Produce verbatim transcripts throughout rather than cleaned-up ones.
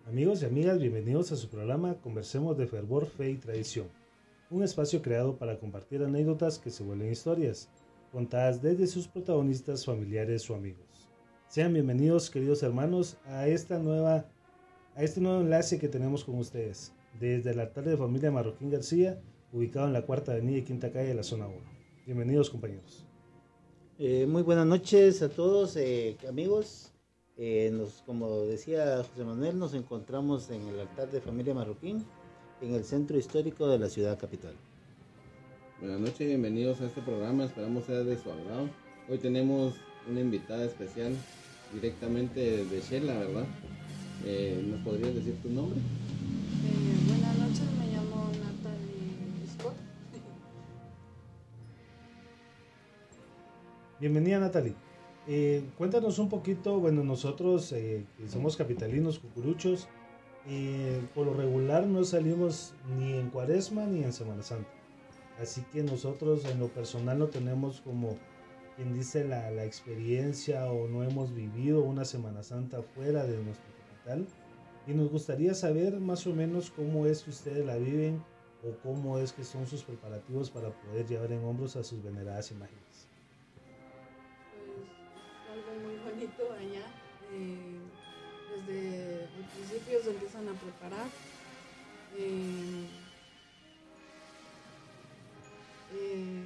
Amigos y amigas, bienvenidos a su programa Conversemos de Fervor, Fe y Tradición, un espacio creado para compartir anécdotas que se vuelven historias, contadas desde sus protagonistas, familiares o amigos. Sean bienvenidos, queridos hermanos, a esta nueva, a este nuevo enlace que tenemos con ustedes, desde el altar de familia Marroquín García, ubicado en la Cuarta Avenida y Quinta Calle de la Zona uno. Bienvenidos, compañeros. Eh, muy buenas noches a todos, eh, amigos. Eh, nos, como decía José Manuel, nos encontramos en el altar de familia Marroquín, en el centro histórico de la ciudad capital. Buenas noches, bienvenidos a este programa, esperamos sea de su agrado. Hoy tenemos una invitada especial directamente de Shela, ¿verdad? Eh, ¿Nos podrías decir tu nombre? Eh, buenas noches, me llamo Natalie Scott. Bienvenida, Natalie. Eh, cuéntanos un poquito, bueno, nosotros eh, que somos capitalinos, cucuruchos, eh, por lo regular no salimos ni en Cuaresma ni en Semana Santa. Así que nosotros en lo personal no tenemos como quien dice la, la experiencia o no hemos vivido una Semana Santa fuera de nuestra capital. Y nos gustaría saber más o menos cómo es que ustedes la viven o cómo es que son sus preparativos para poder llevar en hombros a sus veneradas imágenes. Algo muy bonito allá. Eh, desde el principio se empiezan a preparar. Eh, eh,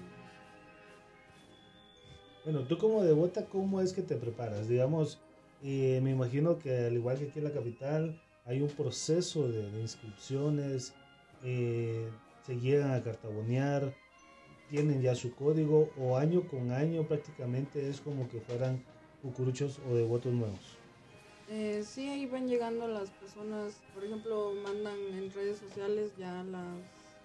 Bueno, tú como devota, ¿cómo es que te preparas? Digamos, eh, me imagino que al igual que aquí en la capital, hay un proceso de, de inscripciones, eh, se llegan a cartabonear, tienen ya su código o año con año prácticamente es como que fueran cucuruchos o devotos nuevos. eh, sí, ahí van llegando las personas, por ejemplo, mandan en redes sociales ya las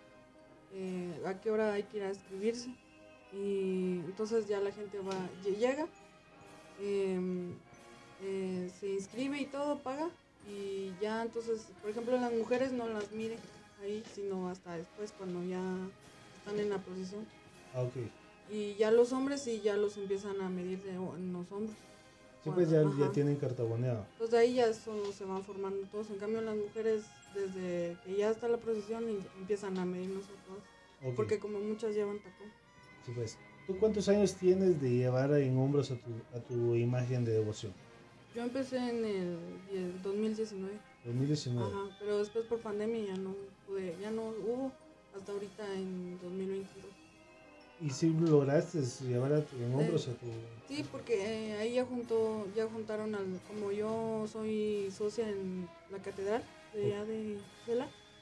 eh, a qué hora hay que ir a inscribirse y entonces ya la gente va llega, eh, eh, se inscribe y todo, paga y ya entonces, por ejemplo, las mujeres no las miden ahí, sino hasta después cuando ya están en la procesión. Ah, ok. Y ya los hombres sí ya los empiezan a medir de, en los hombros. Sí, pues ya, Ajá. ya tienen cartaboneado. Entonces de ahí ya solo se van formando todos. En cambio las mujeres desde que ya está la procesión y empiezan a medirnos a todos. Okay. Porque como muchas llevan tacón. Sí, pues. ¿Tú cuántos años tienes de llevar en hombros a tu, a tu imagen de devoción? Yo empecé en el, el dos mil diecinueve. dos mil diecinueve. Ajá, pero después por pandemia ya no pude, ya no hubo hasta ahorita en dos mil veintidós. ¿Y si lograste llevar a tu, en hombros eh, a tu...? Sí, porque eh, ahí ya juntó, ya juntaron al, como yo soy socia en la catedral de allá de Shela,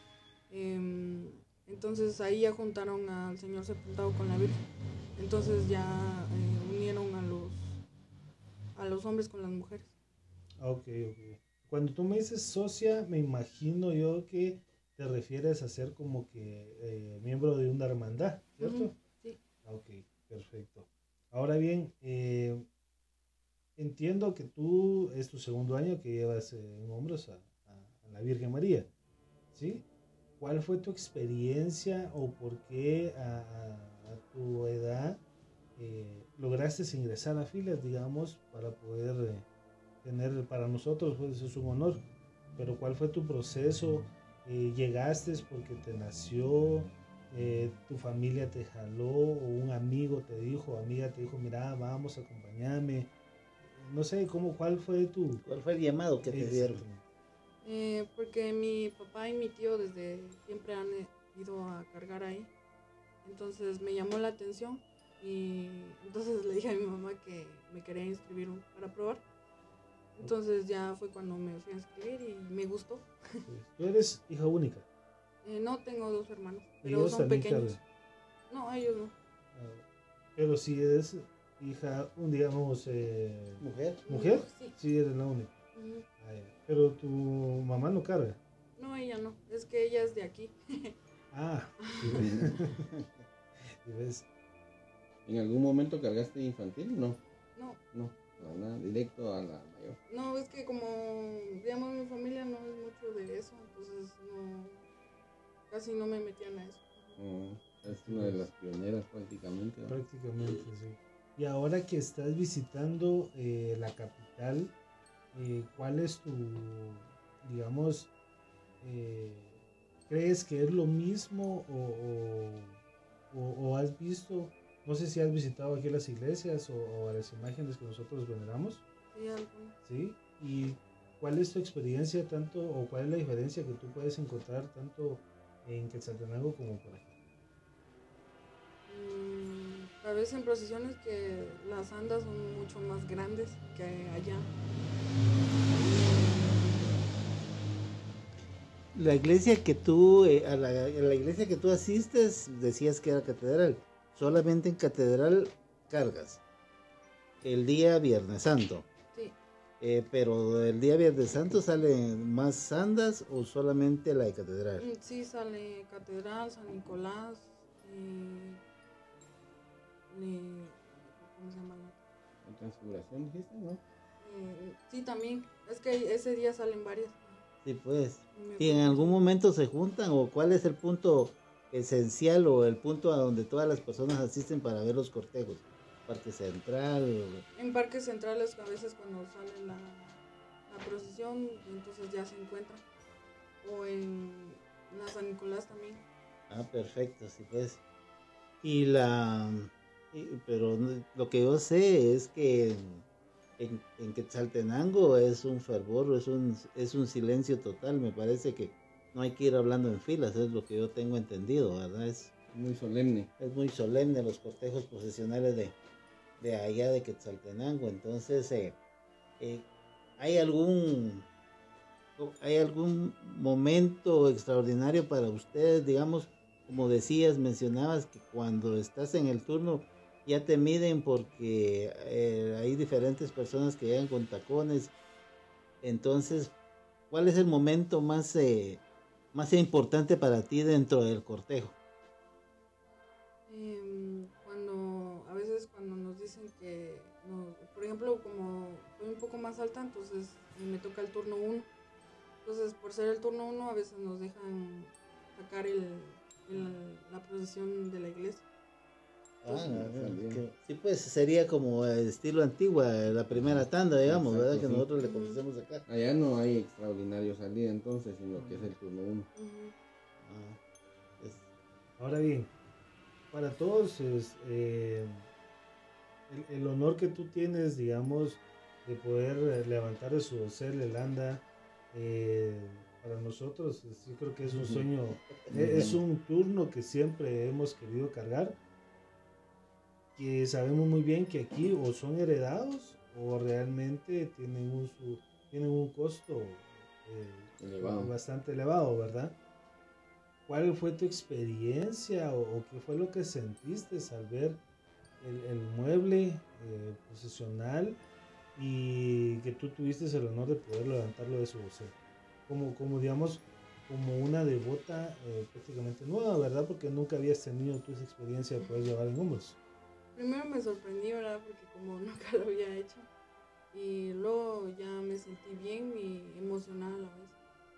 eh, entonces ahí ya juntaron al Señor sepultado con la Virgen. Entonces ya eh, unieron a los a los hombres con las mujeres. Ok, ok. Cuando tú me dices socia, me imagino yo que te refieres a ser como que eh, miembro de una hermandad, ¿cierto? Uh-huh. Sí. Ok, perfecto. Ahora bien, eh, entiendo que tú es tu segundo año que llevas eh, en hombros a, a, a la Virgen María, ¿sí? ¿Cuál fue tu experiencia o por qué a, a, a tu edad eh, lograste ingresar a filas, digamos, para poder eh, tener, para nosotros pues es un honor, pero cuál fue tu proceso? Eh, ¿Llegaste porque te nació? Eh, ¿Tu familia te jaló o un amigo te dijo, amiga te dijo, mira, vamos, acompáñame? No sé, ¿cómo, cuál fue tu...? ¿Cuál fue el llamado que te dieron? Eh, porque mi papá y mi tío desde siempre han ido a cargar ahí, entonces me llamó la atención y entonces le dije a mi mamá que me quería inscribir para probar. Entonces ya fue cuando me fui a inscribir y me gustó. ¿Tú eres hija única? Eh, no, tengo dos hermanos, pero son pequeños. Cargan? No, ellos no. Uh, pero si es hija, digamos, eh, ¿mujer? ¿Mujer? Sí. Sí, eres la única. Uh-huh. Ay, pero tu mamá no carga. No, ella no, es que ella es de aquí. Ah, sí. ¿Sí ves? ¿En algún momento cargaste infantil? No. No. No, no, nada, directo a la mayor. No, es que como, digamos, mi familia no es mucho de eso, entonces no, casi no me metían a eso. Oh, es una de las pioneras prácticamente, ¿no? Prácticamente, sí. Y ahora que estás visitando eh, la capital, eh, ¿cuál es tu, digamos, eh, ¿crees que es lo mismo o, o, o, o has visto, no sé si has visitado aquí las iglesias o, o las imágenes que nosotros veneramos? Sí, algunos. ¿Sí? ¿Y cuál es tu experiencia tanto o cuál es la diferencia que tú puedes encontrar tanto en Quetzaltenango como por aquí? Mm, a veces en procesiones que las andas son mucho más grandes que allá. La iglesia que tú, eh, a, la, a la iglesia que tú asistes, decías que era catedral. Solamente en catedral cargas. El día Viernes Santo. Sí. Eh, pero el día Viernes Santo salen más sandas o solamente la de catedral. Mm, Sí, sale Catedral, San Nicolás, eh, le- ¿cómo se llama? la- ¿La transfiguración dijiste, no? Eh, sí, también. Es que ese día salen varias. Sí, pues. Me ¿Y en acuerdo. algún momento se juntan o cuál es el punto esencial o el punto a donde todas las personas asisten para ver los cortejos? Parque Central. o- En parques centrales a veces cuando sale la, la procesión, entonces ya se encuentran. O en la San Nicolás también. Ah, perfecto, sí, pues. Y la. y- pero no- lo que yo sé es que en, en, en Quetzaltenango es un fervor, es un, es un silencio total. Me parece que no hay que ir hablando en filas, es lo que yo tengo entendido, ¿verdad? Es, Muy solemne. es muy solemne los cortejos procesionales de, de allá de Quetzaltenango. Entonces, eh, eh, ¿hay algún hay algún momento extraordinario para ustedes? Digamos, como decías, mencionabas que cuando estás en el turno ya te miden porque eh, hay diferentes personas que llegan con tacones. Entonces, ¿cuál es el momento más, eh, más importante para ti dentro del cortejo? Em, cuando, a veces cuando nos dicen que, nos- por ejemplo, como soy un poco más alta, entonces eh, me toca el turno uno. Entonces, por ser el turno uno, a veces nos dejan sacar el, el- la procesión de la iglesia. Ah, También. que- sí, pues sería como el estilo antigua, la primera tanda, digamos, Exacto, ¿verdad? Que sí. nosotros le Ujú. conocemos acá. Allá no hay extraordinario salida entonces, sino que es el turno uno. Ujú. Ah, es- Ahora bien, para todos es eh, el, el honor que tú tienes, digamos, de poder eh, levantar de su dorsal el anda, eh, para nosotros es- yo creo que es un sueño, e- es un turno que siempre hemos querido cargar, que sabemos muy bien que aquí o son heredados o realmente tienen un, su- tienen un costo eh, Elevado. bastante elevado, ¿verdad? ¿Cuál fue tu experiencia o, o qué fue lo que sentiste al ver el, el mueble eh, procesional y que tú tuviste el honor de poder levantarlo de su vocero? Como, como digamos, como una devota eh, prácticamente nueva, ¿verdad? Porque nunca habías tenido tu esa experiencia de poder llevar en hombros. Primero me sorprendí, ¿verdad? Porque como nunca lo había hecho. Y luego ya me sentí bien y emocionada a la vez.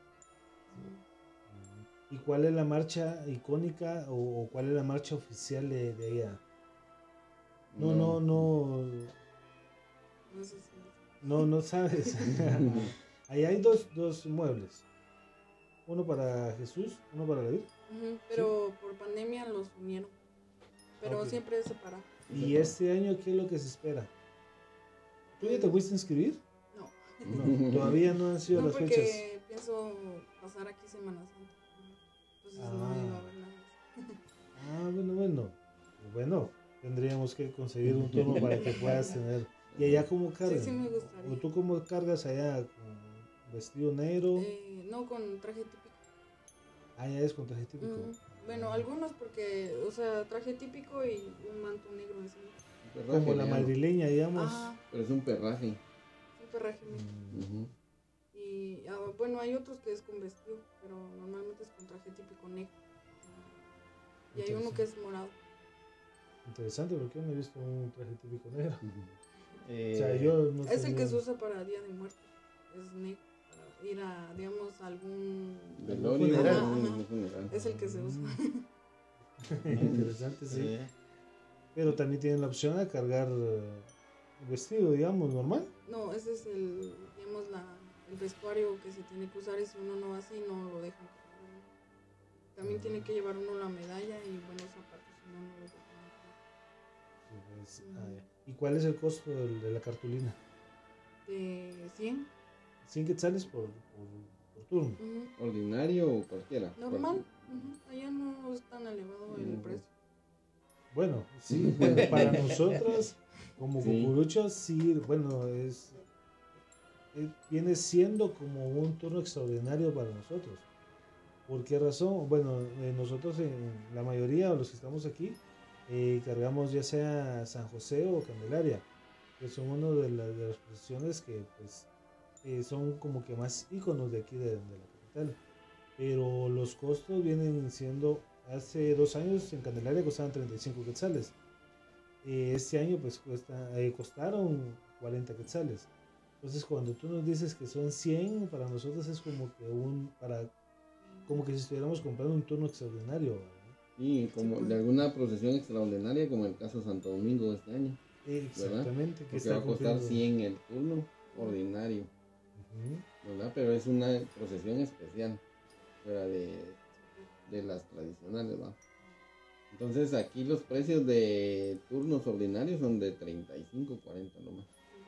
Sí. ¿Y cuál es la marcha icónica o, o cuál es la marcha oficial de, de allá? No, no, no, No sé si... no, no sabes. Ahí hay dos, dos muebles. Uno para Jesús, uno para la Virgen. Ujú, pero por pandemia los unieron. Pero Ok. siempre separado. ¿Y este año qué es lo que se espera? ¿Tú ya te fuiste a inscribir? No. No, todavía no han sido No, las porque fechas. pienso pasar aquí Semana Santa. Entonces Ah. no iba a haber nada. Ah, bueno, bueno. Bueno, tendríamos que conseguir un turno para que puedas tener. ¿Y allá cómo cargan? Sí, sí me gustaría. ¿O tú cómo cargas allá con vestido negro? Eh, no con traje típico. Ah, ya es con traje típico. Mm, Bueno, algunos porque, o sea, traje típico y un manto negro encima. Un perraje, Como la le llaman. madrileña, digamos. Ah, Pero es un perraje. un perraje negro. Mm, Ujú. Y ah, bueno, hay otros que es con vestido, pero normalmente es con traje típico negro. Y hay uno que es morado. Interesante, porque yo no he visto un traje típico negro. eh, O sea, yo no Es el tenía- que se usa para Día de Muertos. Es negro. Para ir a, digamos, a algún... Velorio, funeral. ajá, Ajá. un funeral. Es el que se usa. Interesante, sí. eh, Pero también tienen la opción de cargar eh, vestido, digamos, normal. No, ese es el, digamos, la, el vestuario que se tiene que usar, y si uno no va así, no lo dejan. También tiene que llevar uno la medalla y buenos zapatos, si no, no lo dejan. Sí, pues, ah, ya. ¿Y cuál es el costo del- de la cartulina? De cien. cien quetzales por, por, por turno. Ujú. ¿Ordinario o cualquiera? Normal. Ujú. Allá no es tan elevado el Ujú. precio. Bueno, sí, bueno, para nosotros como Sí. cucuruchos, sí, bueno, es, es- viene siendo como un turno extraordinario para nosotros. ¿Por qué razón? Bueno, eh, nosotros en la mayoría de los que estamos aquí eh, cargamos ya sea San José o Candelaria, que son una de, la- de las procesiones que pues eh, son como que más íconos de aquí de, de la capital. Pero los costos vienen siendo, hace dos años en Candelaria costaban treinta y cinco quetzales. Eh, este año pues cuesta, eh, costaron cuarenta quetzales. Entonces cuando tú nos dices que son cien, para nosotros es como que un, para, como que si estuviéramos comprando un turno extraordinario, ¿verdad? Sí, como Sí, pues. de alguna procesión extraordinaria, como el caso de Santo Domingo de este año, Exactamente, que porque va está a costar cumpliendo. cien el turno ordinario, Ujú. ¿verdad? Pero es una procesión especial, fuera de, de las tradicionales, ¿va? Entonces aquí los precios de turnos ordinarios son de treinta y cinco, cuarenta nomás.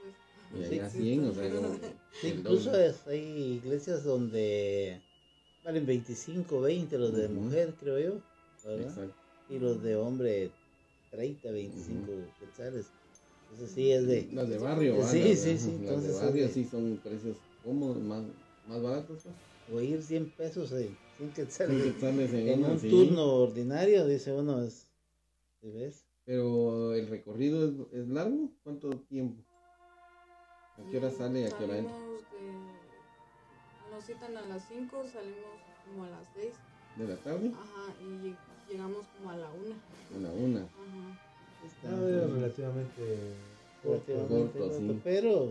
Y Sí, allá sí, cien, o está sea, bien. como Sí, el incluso doble. es- hay iglesias donde valen veinticinco, veinte los de Ujú. mujer, creo yo, ¿verdad? Exacto. Y los de hombre treinta, veinticinco quetzales. Entonces sí es de... Las de barrio, ¿va? Sí, Las- sí, sí, Las entonces de es barrio de- sí son precios cómodos, más, más baratos, pues. oír cien pesos, eh, cien quetzales cien quetzales en en una, un sí. turno ordinario, dice uno, es... ¿sí ves? Pero el recorrido es, es largo, ¿cuánto tiempo? ¿A qué hora sale y a qué hora entra? Salimos de... Nos citan a las cinco, salimos como a las seis. ¿De la tarde? Ajá, y lleg- llegamos como a la una. A la una. Ajá. Está Ah, es relativamente corto. relativamente corto, corto, sí. pero...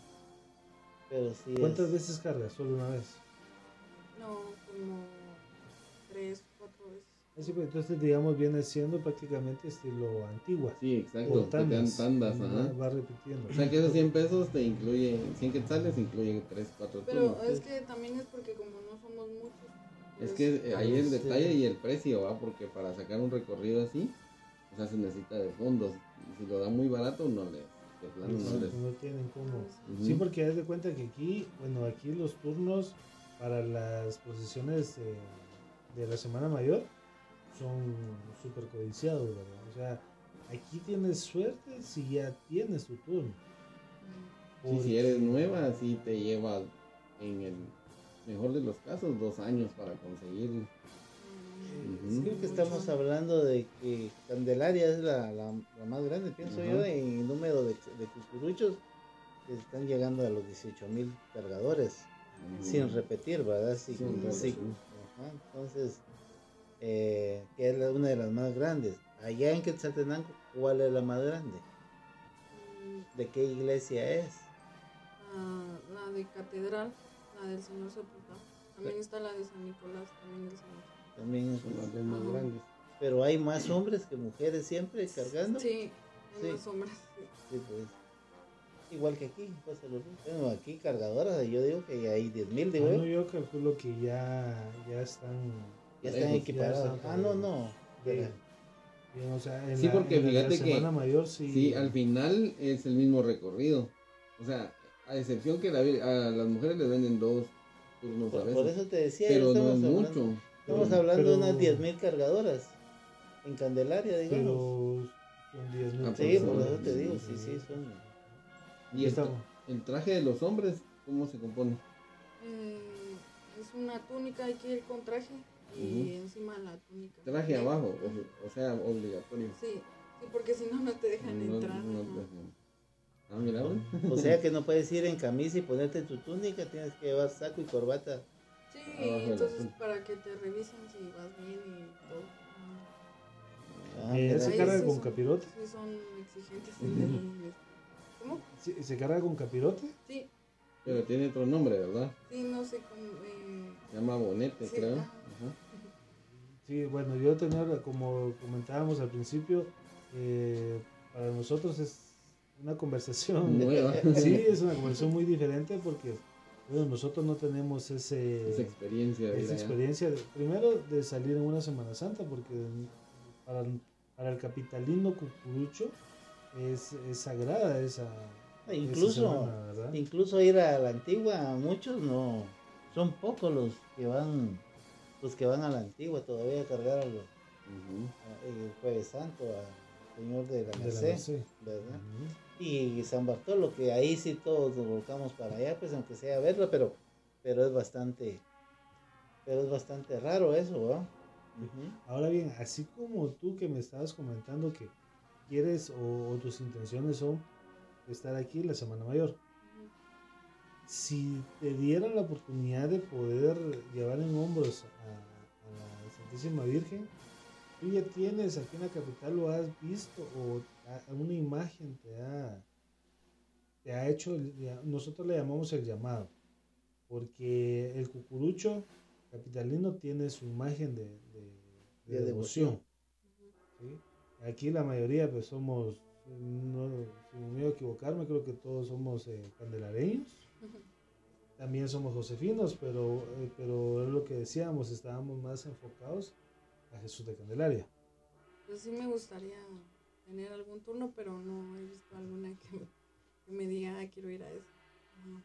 Pero sí ¿Cuántas es... veces cargas? Solo una vez. No, como tres, cuatro veces. Así pues, entonces digamos viene siendo prácticamente estilo antigua. Sí, exacto. Por Que te dan tandas. tandas, Va- ajá. Va repitiendo. O sea que esos cien pesos te incluyen, cien quetzales incluyen tres, cuatro Pero turnos. es que también es porque como no somos muchos. Es pues, que eh, ahí el Sí. detalle y el precio, ¿va? Porque para sacar un recorrido así, o sea, se necesita de fondos. Y si lo dan muy barato, no les, de plano no Sí, les. no tienen cómo. Ujú. Sí, porque haz de cuenta que aquí, bueno, aquí los turnos para las procesiones eh, de la Semana Mayor son súper codiciados, ¿verdad? O sea, aquí tienes suerte si ya tienes tu turno. Sí, si eres Porque- nueva, sí te lleva, en el mejor de los casos, dos años para conseguirlo. Ujú. Creo que estamos hablando de que Candelaria es la, la, la más grande, pienso Ajá. yo, en número de, de cucuruchos, que están llegando a los dieciocho mil cargadores, Ujú. sin repetir, ¿verdad? Sí, Sin sí. repetir. Ajá, entonces, eh, que es la- una de las más grandes. Allá en Quetzaltenango, ¿cuál es la más grande? Mm, ¿De qué iglesia es? La, la de Catedral, la del Señor Sepultado. También está la de San Nicolás, también del Señor. También es Son las dos más Ajá. grandes. Pero hay más hombres que mujeres siempre cargando. Sí, en Sí. las sombras. Sí. Sí, pues. Igual que aquí, pues se lo bueno, aquí cargadoras, yo digo que hay diez mil, digo Bueno, yo. yo calculo que ya, ya están. Ya están Parejos, equiparados. ya están Ah, no, parejos. no. Bien, Espera. bien, o sea, en Sí, la, porque en la- la fíjate que- Semana Mayor sí. Sí, al final es el mismo recorrido. O sea, a excepción que la vir- a las mujeres les venden dos turnos a Por, veces. por eso te decía, pero no estamos es hablando, mucho. estamos Pero- hablando de pero- unas diez mil cargadoras en Candelaria, digamos. Pero son diez mil Ah, Sí, por por eso eso te digo, sí, sí, son. Y el, estamos. el traje de los hombres, ¿cómo se compone? Eh, es una túnica, hay que ir con traje y encima la túnica. Traje Bien. abajo, o, o sea, obligatorio. Sí, sí, porque si no, no te dejan No- entrar. no ajá. te dejan. Ah, mira, güey. O sea que no puedes ir en camisa y ponerte tu túnica, tienes que llevar saco y corbata. Sí, Abajo de la entonces túnica. para que te revisen si vas bien y todo. Ah, Eh, mira. ¿Se Ahí carga sí con son- capirote? Sí, son exigentes. Ujú. ¿Cómo? ¿Sí- ¿Se carga con capirote? Sí, Pero tiene otro nombre, ¿verdad? sí, no sé cómo. Eh, Se llama bonete, Sí, creo. ajá. Ajá. Sí, bueno, yo tener, como comentábamos al principio, eh, para nosotros es una conversación. Nueva. Sí, es una conversación muy diferente porque Bueno, nosotros no tenemos ese, esa experiencia. de esa ir allá. experiencia, de- primero de salir en una Semana Santa, porque para, para el capitalino cucurucho es, es sagrada esa, esa Incluso, semana, ¿verdad? incluso ir a la antigua, muchos no, son pocos los que van, los que van a la antigua todavía a cargar a los, Ujú. a- el Jueves Santo al Señor de la De la Merced, Merced. ¿verdad? Ujú. Y San Bartolo, que ahí sí todos nos volcamos para allá, pues aunque sea a verla, pero, pero es bastante, pero es bastante raro eso, ¿verdad? Ujú. Ahora bien, así como tú que me estabas comentando que quieres o, o tus intenciones son estar aquí la Semana Mayor, Ujú. si te dieran la oportunidad de poder llevar en hombros a, a la Santísima Virgen, tú ya tienes aquí en la capital, lo has visto o a- una imagen te ha, te ha hecho, el- ya- nosotros le llamamos el llamado, porque el cucurucho capitalino tiene su imagen de, de- de De devoción. devoción. ¿Sí? Aquí la mayoría pues somos, no, sin miedo a equivocarme, creo que todos somos eh, candelareños. También somos josefinos, pero, eh, pero es lo que decíamos, estábamos más enfocados a Jesús de Candelaria. Pues sí me gustaría tener algún turno, pero no he visto alguna que, que me diga, ah, quiero ir a eso. Ajá.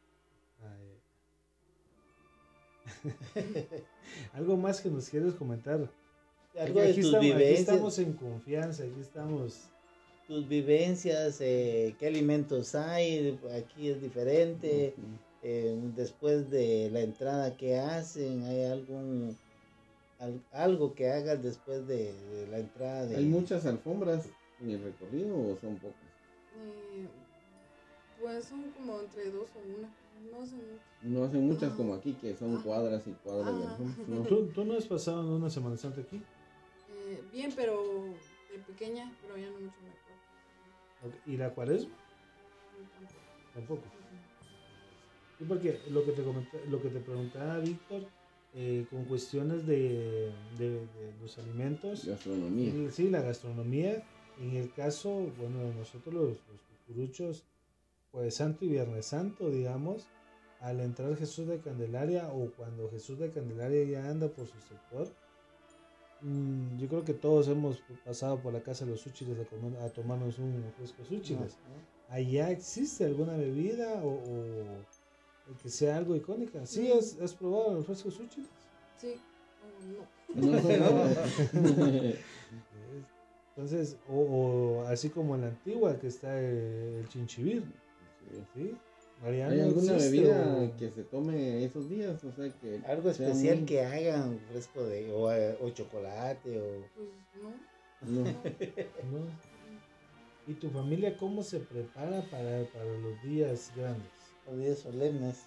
Ay. Algo más que nos quieres comentar. Algo Aquí de tus estamos, aquí vivencias, estamos en confianza, aquí estamos. tus vivencias, eh, qué alimentos hay, aquí es diferente, Ujú. eh, después de la entrada que hacen, hay algún al- algo que hagas después de, de la entrada de ¿Hay muchas alfombras en el recorrido o son pocas? Eh, pues son como entre dos o una. No sé mucho. No hacen muchas Ah. como aquí, que son Ah. cuadras y cuadras de Ah. alfombras. No. ¿Tú, tú no has pasado en una Semana Santa aquí? Eh, bien, pero de pequeña, pero ya no mucho me acuerdo. Ok, ¿y la cuaresma? No tampoco. Tampoco. Ujú. Sí, porque lo que te, comenté- lo que te preguntaba Víctor, eh, con cuestiones de, de- de los alimentos, Gastronomía. el- sí, la gastronomía, en el caso, bueno, de nosotros los, los cucuruchos, Jueves Santo y Viernes Santo, digamos, al entrar Jesús de Candelaria o cuando Jesús de Candelaria ya anda por su sector, mm, yo creo que todos hemos pasado por la casa de los Súchiles a, comer- a tomarnos un fresco Súchiles. Ajá. ¿Allá existe alguna bebida o, o- o que sea algo icónica? ¿Sí Mm. has, has probado el fresco Súchiles? Sí, o no. No. Entonces, o, o así como en la antigua que está el, el chinchibir, Sí. ¿sí? Allá ¿Hay no alguna existe, bebida o- que se tome esos días? O sea, que Algo sea especial muy- que hagan, fresco de, o, eh, o chocolate, o Pues no. No. ¿no? ¿Y tu familia cómo se prepara para, para los días grandes? o días solemnes.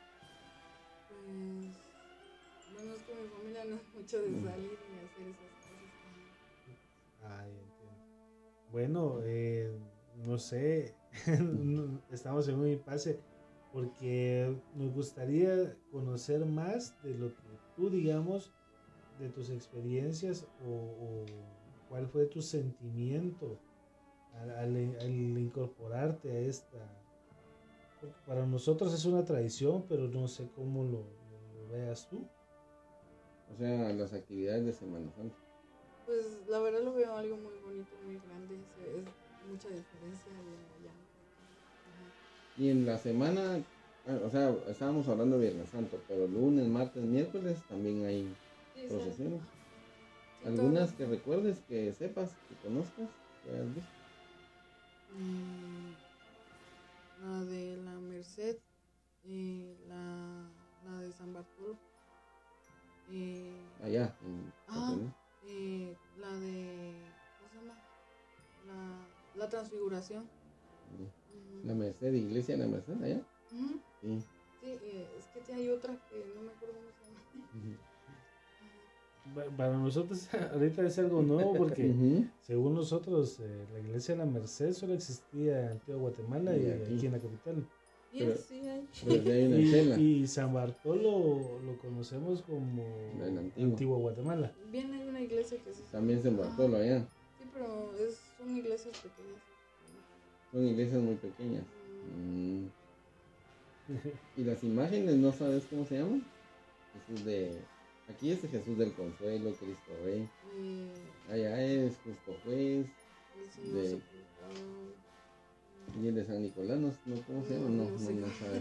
Pues. Bueno, es que mi familia no es mucho de salir y hacer esas cosas. Ay, entiendo. Bueno, eh, no sé, no- estamos en un impasse porque nos gustaría conocer más de lo que tú, digamos, de tus experiencias o, o cuál fue tu sentimiento al, al- al incorporarte a esta. Porque para nosotros es una tradición, pero no sé cómo lo, lo- lo veas tú. O sea, las actividades de Semana Santa. Pues la verdad lo veo algo muy bonito, muy grande. se- Es mucha diferencia de allá. Ajá. Y en la semana, ah, o sea, estábamos hablando de Viernes Santo, pero lunes, martes, miércoles también hay Sí, sí. procesiones. Sí, ¿Algunas todo. que recuerdes, que sepas, que conozcas, que hayas visto? Mm, la de la Merced, eh, la, la de San Bartolo, eh, Allá, en Ah. Catena. eh, la de, ¿cómo se llama? La, la Transfiguración. Ujú. La Merced, Iglesia de la Merced, allá. Ujú. Sí. Sí, eh, es que hay otra que no me acuerdo cómo se llama. Ujú. Pa- Para nosotros ahorita es algo nuevo porque Ujú. según nosotros eh, la iglesia de la Merced solo existía en Antigua Guatemala y, Y aquí. aquí en la capital. Y Pero- sí hay. Pero sí hay una en Chela. Y, y San Bartolo lo conocemos como La de Antigua. Antigua Guatemala. Viene de una iglesia que sí. También San Bartolo allá. Sí, pero es, son iglesias pequeñas. Son iglesias muy pequeñas. Mm, Mm. Y las imágenes, ¿no sabes cómo se llaman? Jesús de... Aquí es Jesús del Consuelo, Cristo Rey. Eh, Allá es Justo Juez. el Señor De- sepultado. Y el de San Nicolás, ¿no? ¿No? ¿Cómo se llama? No, No, no no, sé. no sabes.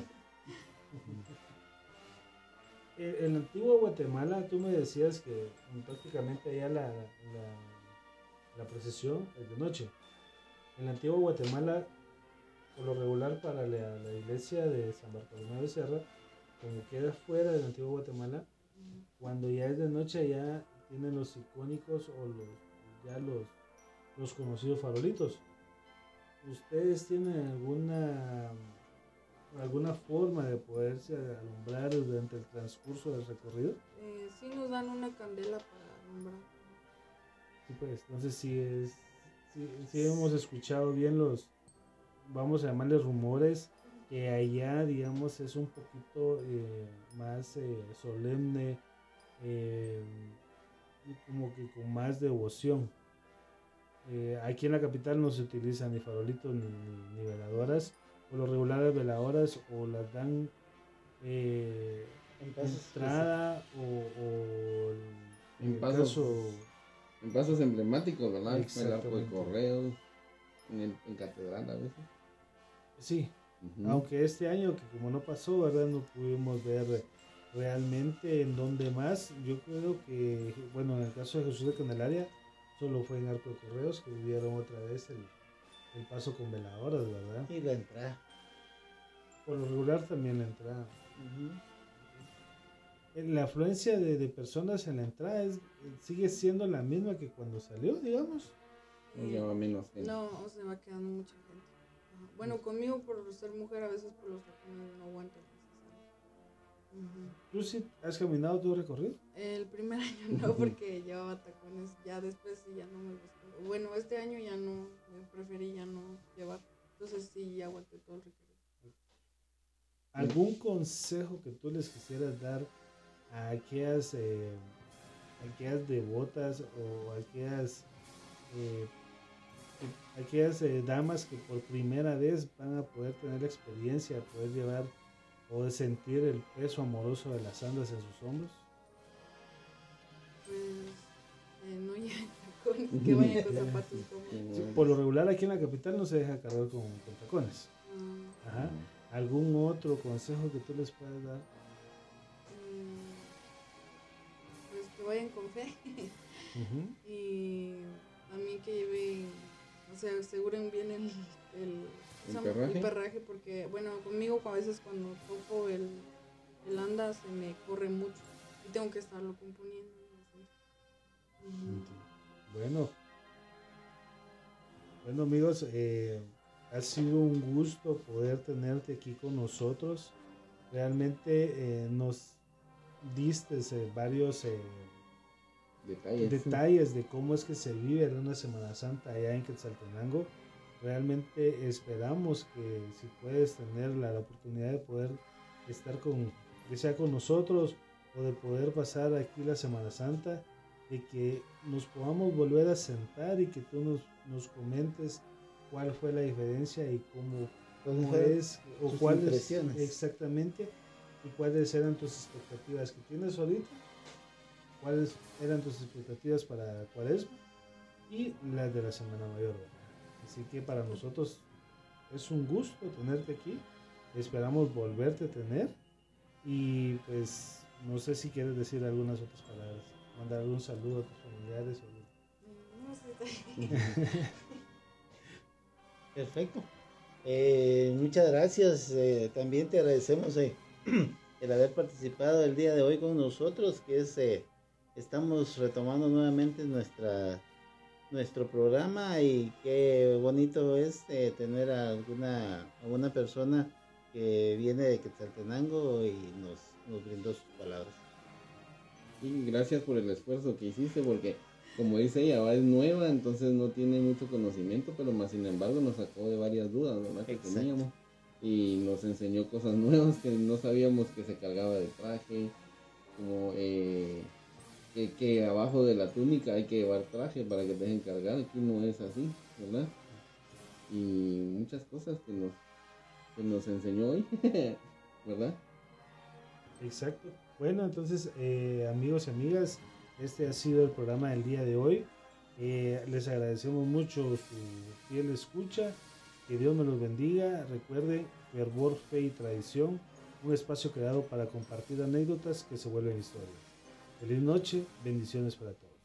En en la antigua Guatemala, tú me decías que prácticamente allá la, la, la procesión es de noche. En la antigua Guatemala, por lo regular para la, la iglesia de San Bartolomé de Serra, como queda fuera de la antigua Guatemala, Ujú. cuando ya es de noche ya tienen los icónicos o los ya los, los conocidos farolitos. ¿Ustedes tienen alguna alguna forma de poderse alumbrar durante el transcurso del recorrido? Eh, sí nos dan una candela para alumbrar. Sí, pues, entonces sí es, sí, sí hemos escuchado bien los, vamos a llamarles rumores, que allá, digamos, es un poquito eh, más eh, solemne, eh, y como que con más devoción. Eh, aquí en la capital no se utilizan ni farolitos ni, ni, ni veladoras. Por lo regular las veladoras o las dan eh, En pasos entrada o, o en En el pasos, caso en pasos emblemáticos, ¿verdad? En el arco de Exactamente. correos, en, el, en catedral a veces. sí, Ujú. aunque este año que como no pasó, verdad, no pudimos ver realmente en dónde más. Yo creo que, bueno, en el caso de Jesús de Candelaria solo fue en Arco de Correos que vieron otra vez el, el paso con veladoras, verdad. y la entrada. Por lo regular también la entrada. Ujú. La afluencia de, de personas en la entrada es, sigue siendo la misma que cuando salió, digamos. No Eh, lleva menos gente. No, o se va quedando mucha gente. Ajá. Bueno, conmigo por ser mujer a veces por los tacones no aguanto. Ujú. ¿Tú sí has caminado todo el recorrido? El primer año no, porque llevaba tacones. Ya después sí ya no me gustó. Bueno, este año ya no, me preferí ya no llevar. Entonces sí, ya aguanté todo el recorrido. ¿Algún consejo que tú les quisieras dar a aquellas, eh, aquellas devotas o aquellas, eh, que- aquellas eh, damas que por primera vez van a poder tener la experiencia, poder llevar o de sentir el peso amoroso de las andas en sus hombros? Pues eh, no lleven tacones, que vayan con zapatos cómodos. Sí, por lo regular aquí en la capital no se deja cargar con, con tacones. Ah, Ajá. ¿Algún otro consejo que tú les puedas dar? mm, pues que vayan con fe. Ujú. Y también que lleven, o sea, aseguren bien el, el, ¿El ¿cómo se llama? perraje? El perraje, porque, bueno, conmigo a veces cuando toco el, el anda se me corre mucho y tengo que estarlo componiendo. y así. Ujú. Bueno, bueno amigos, eh, ha sido un gusto poder tenerte aquí con nosotros. Realmente eh, nos diste eh, varios eh, Detalles. detalles de cómo es que se vive una Semana Santa allá en Quetzaltenango. Realmente esperamos que si puedes tener la, la oportunidad de poder estar con, ya sea con nosotros o de poder pasar aquí la Semana Santa, de que nos podamos volver a sentar y que tú nos, nos comentes cuál fue la diferencia y cómo, cómo fueron es o tus cuáles impresiones? exactamente y cuáles eran tus expectativas que tienes ahorita, cuáles eran tus expectativas para Cuaresma y las de la Semana Mayor, ¿verdad? Así que para nosotros es un gusto tenerte aquí, esperamos volverte a tener y pues no sé si quieres decir algunas otras palabras, mandar algún saludo a tus familiares o... No sé, está bien. Perfecto. Eh, muchas gracias. Eh, también te agradecemos eh, el haber participado el día de hoy con nosotros, que es eh, estamos retomando nuevamente nuestra nuestro programa y qué bonito es eh, tener a alguna a una persona que viene de Quetzaltenango y nos, nos brindó sus palabras. Y gracias por el esfuerzo que hiciste, porque como dice ella, va, es nueva, entonces no tiene mucho conocimiento, pero más sin embargo nos sacó de varias dudas, ¿verdad? Que Exacto. teníamos. Y nos enseñó cosas nuevas que no sabíamos que se cargaba de traje, como eh, que, que abajo de la túnica hay que llevar traje para que te dejen cargar, aquí no es así, ¿verdad? Y muchas cosas que nos, que nos enseñó hoy. ¿verdad? Exacto. Bueno, entonces, eh, amigos y amigas, este ha sido el programa del día de hoy. Eh, les agradecemos mucho su fiel escucha. Que Dios me los bendiga. Recuerden, fervor, fe y tradición, un espacio creado para compartir anécdotas que se vuelven historias. Feliz noche, bendiciones para todos.